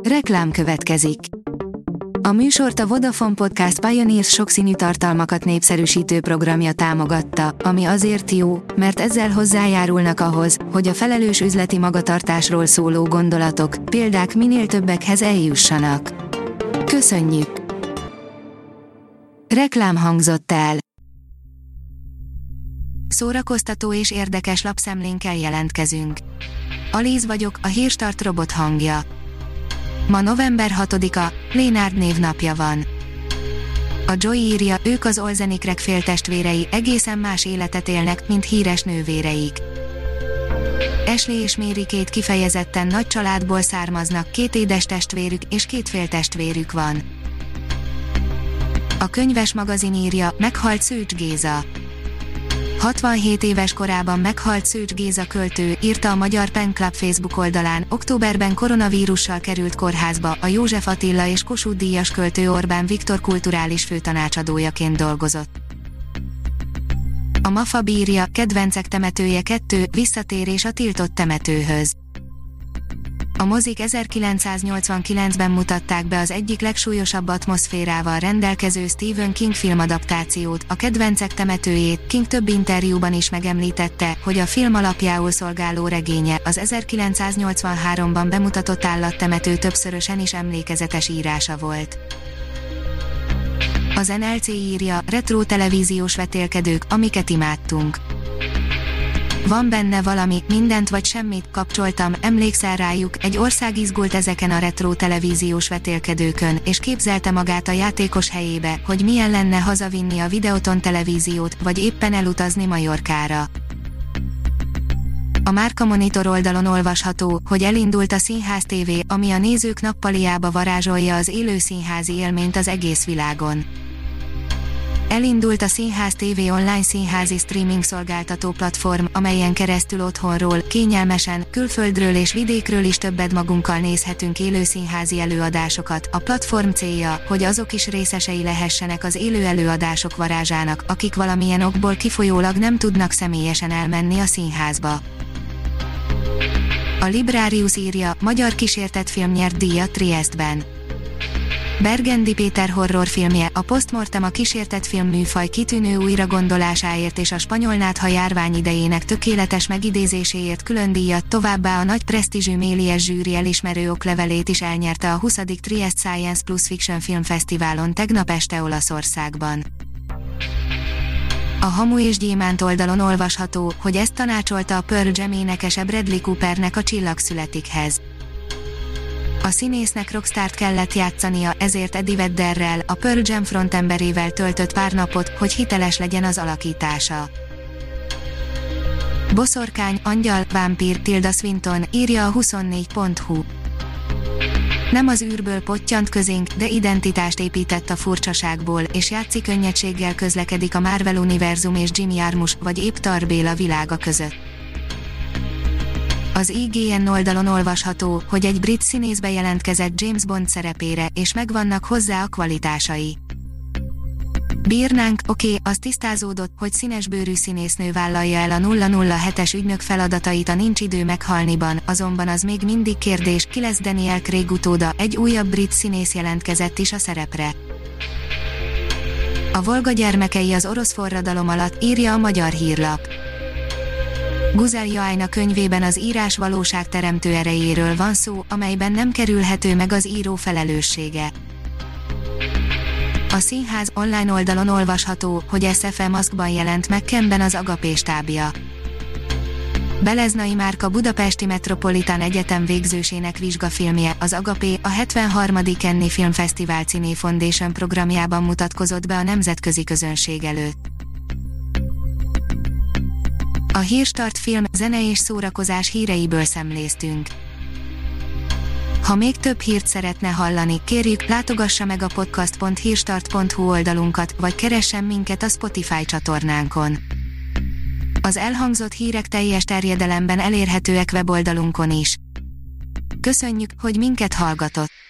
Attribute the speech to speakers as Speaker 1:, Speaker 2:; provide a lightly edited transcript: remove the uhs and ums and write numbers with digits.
Speaker 1: Reklám következik. A műsort a Vodafone Podcast Pioneers sokszínű tartalmakat népszerűsítő programja támogatta, ami azért jó, mert ezzel hozzájárulnak ahhoz, hogy a felelős üzleti magatartásról szóló gondolatok, példák minél többekhez eljussanak. Köszönjük! Reklám hangzott el. Szórakoztató és érdekes lapszemlénkkel jelentkezünk. Alíz vagyok, a Hírstart robot hangja. Ma november 6-a, Lénárd névnapja van. A Joy írja, ők az Olsenikrek féltestvérei, egészen más életet élnek, mint híres nővéreik. Ashley és Mary Kate kifejezetten nagy családból származnak, 2 édes testvérük és 2 féltestvérük van. A Könyves magazin írja, meghalt Szőcs Géza. 67 éves korában meghalt Szőcs Géza költő, írta a Magyar Pen Club Facebook oldalán. Októberben koronavírussal került kórházba, a József Attila és Kossuth díjas költő Orbán Viktor kulturális főtanácsadójaként dolgozott. A MAFA bírja, kedvencek temetője 2, visszatérés a tiltott temetőhöz. A mozik 1989-ben mutatták be az egyik legsúlyosabb atmoszférával rendelkező Stephen King filmadaptációt, a kedvencek temetőjét. King több interjúban is megemlítette, hogy a film alapjául szolgáló regénye, az 1983-ban bemutatott Állattemető többszörösen is emlékezetes írása volt. Az NLC írja, retro televíziós vetélkedők, amiket imádtunk. Van benne valami, mindent vagy semmit, kapcsoltam, emlékszel rájuk, egy ország izgult ezeken a retro televíziós vetélkedőkön, és képzelte magát a játékos helyébe, hogy milyen lenne hazavinni a Videoton televíziót, vagy éppen elutazni Majorkára. A Márka Monitor oldalon olvasható, hogy elindult a Színház TV, ami a nézők nappaliába varázsolja az élő színházi élményt az egész világon. Elindult a Színház TV online színházi streaming szolgáltató platform, amelyen keresztül otthonról, kényelmesen, külföldről és vidékről is többet magunkkal nézhetünk élő színházi előadásokat. A platform célja, hogy azok is részesei lehessenek az élő előadások varázsának, akik valamilyen okból kifolyólag nem tudnak személyesen elmenni a színházba. A Librarius írja, magyar kísértetfilm nyert díjat Triestben. Bergendi Péter horrorfilmje, a Postmortem a kísértetfilm műfaj kitűnő újragondolásáért és a spanyol nátha járvány idejének tökéletes megidézéséért külön díjat, továbbá a nagy presztízsű Méliès zsűri elismerő oklevelét is elnyerte a 20. Triest Science Plus Fiction Filmfesztiválon tegnap este Olaszországban. A Hamu és Gyémánt oldalon olvasható, hogy ezt tanácsolta a Pearl Jam énekese Bradley Coopernek a Csillag születikhez. A színésznek rockstárt kellett játszania, ezért Eddie Vedderrel, a Pearl Jam frontemberével töltött pár napot, hogy hiteles legyen az alakítása. Boszorkány, angyal, vámpír, Tilda Swinton, írja a 24.hu. Nem az űrből pottyant közénk, de identitást épített a furcsaságból, és játszik könnyedséggel közlekedik a Marvel univerzum és Jim Jarmusch, vagy épp Tar Béla világa között. Az IGN oldalon olvasható, hogy egy brit színész bejelentkezett James Bond szerepére, és megvannak hozzá a kvalitásai. Bírnánk, az tisztázódott, hogy színesbőrű színésznő vállalja el a 007-es ügynök feladatait a Nincs idő meghalniban, azonban az még mindig kérdés, ki lesz Daniel Craig utóda. Egy újabb brit színész jelentkezett is a szerepre. A Volga gyermekei az orosz forradalom alatt, írja a Magyar Hírlap. Guzel Joájna könyvében az írás valóság teremtő erejéről van szó, amelyben nem kerülhető meg az író felelőssége. A Színház online oldalon olvasható, hogy SFM maszkban jelent meg Kenben az Agapé stábja. Beleznai Márka budapesti Metropolitan Egyetem végzősének vizsgafilmje, az Agapé, a 73. Cannes Filmfesztivál Cine Foundation programjában mutatkozott be a nemzetközi közönség előtt. A Hírstart film, zene és szórakozás híreiből szemléztünk. Ha még több hírt szeretne hallani, kérjük, látogassa meg a podcast.hírstart.hu oldalunkat, vagy keressen minket a Spotify csatornánkon. Az elhangzott hírek teljes terjedelemben elérhetőek weboldalunkon is. Köszönjük, hogy minket hallgatott!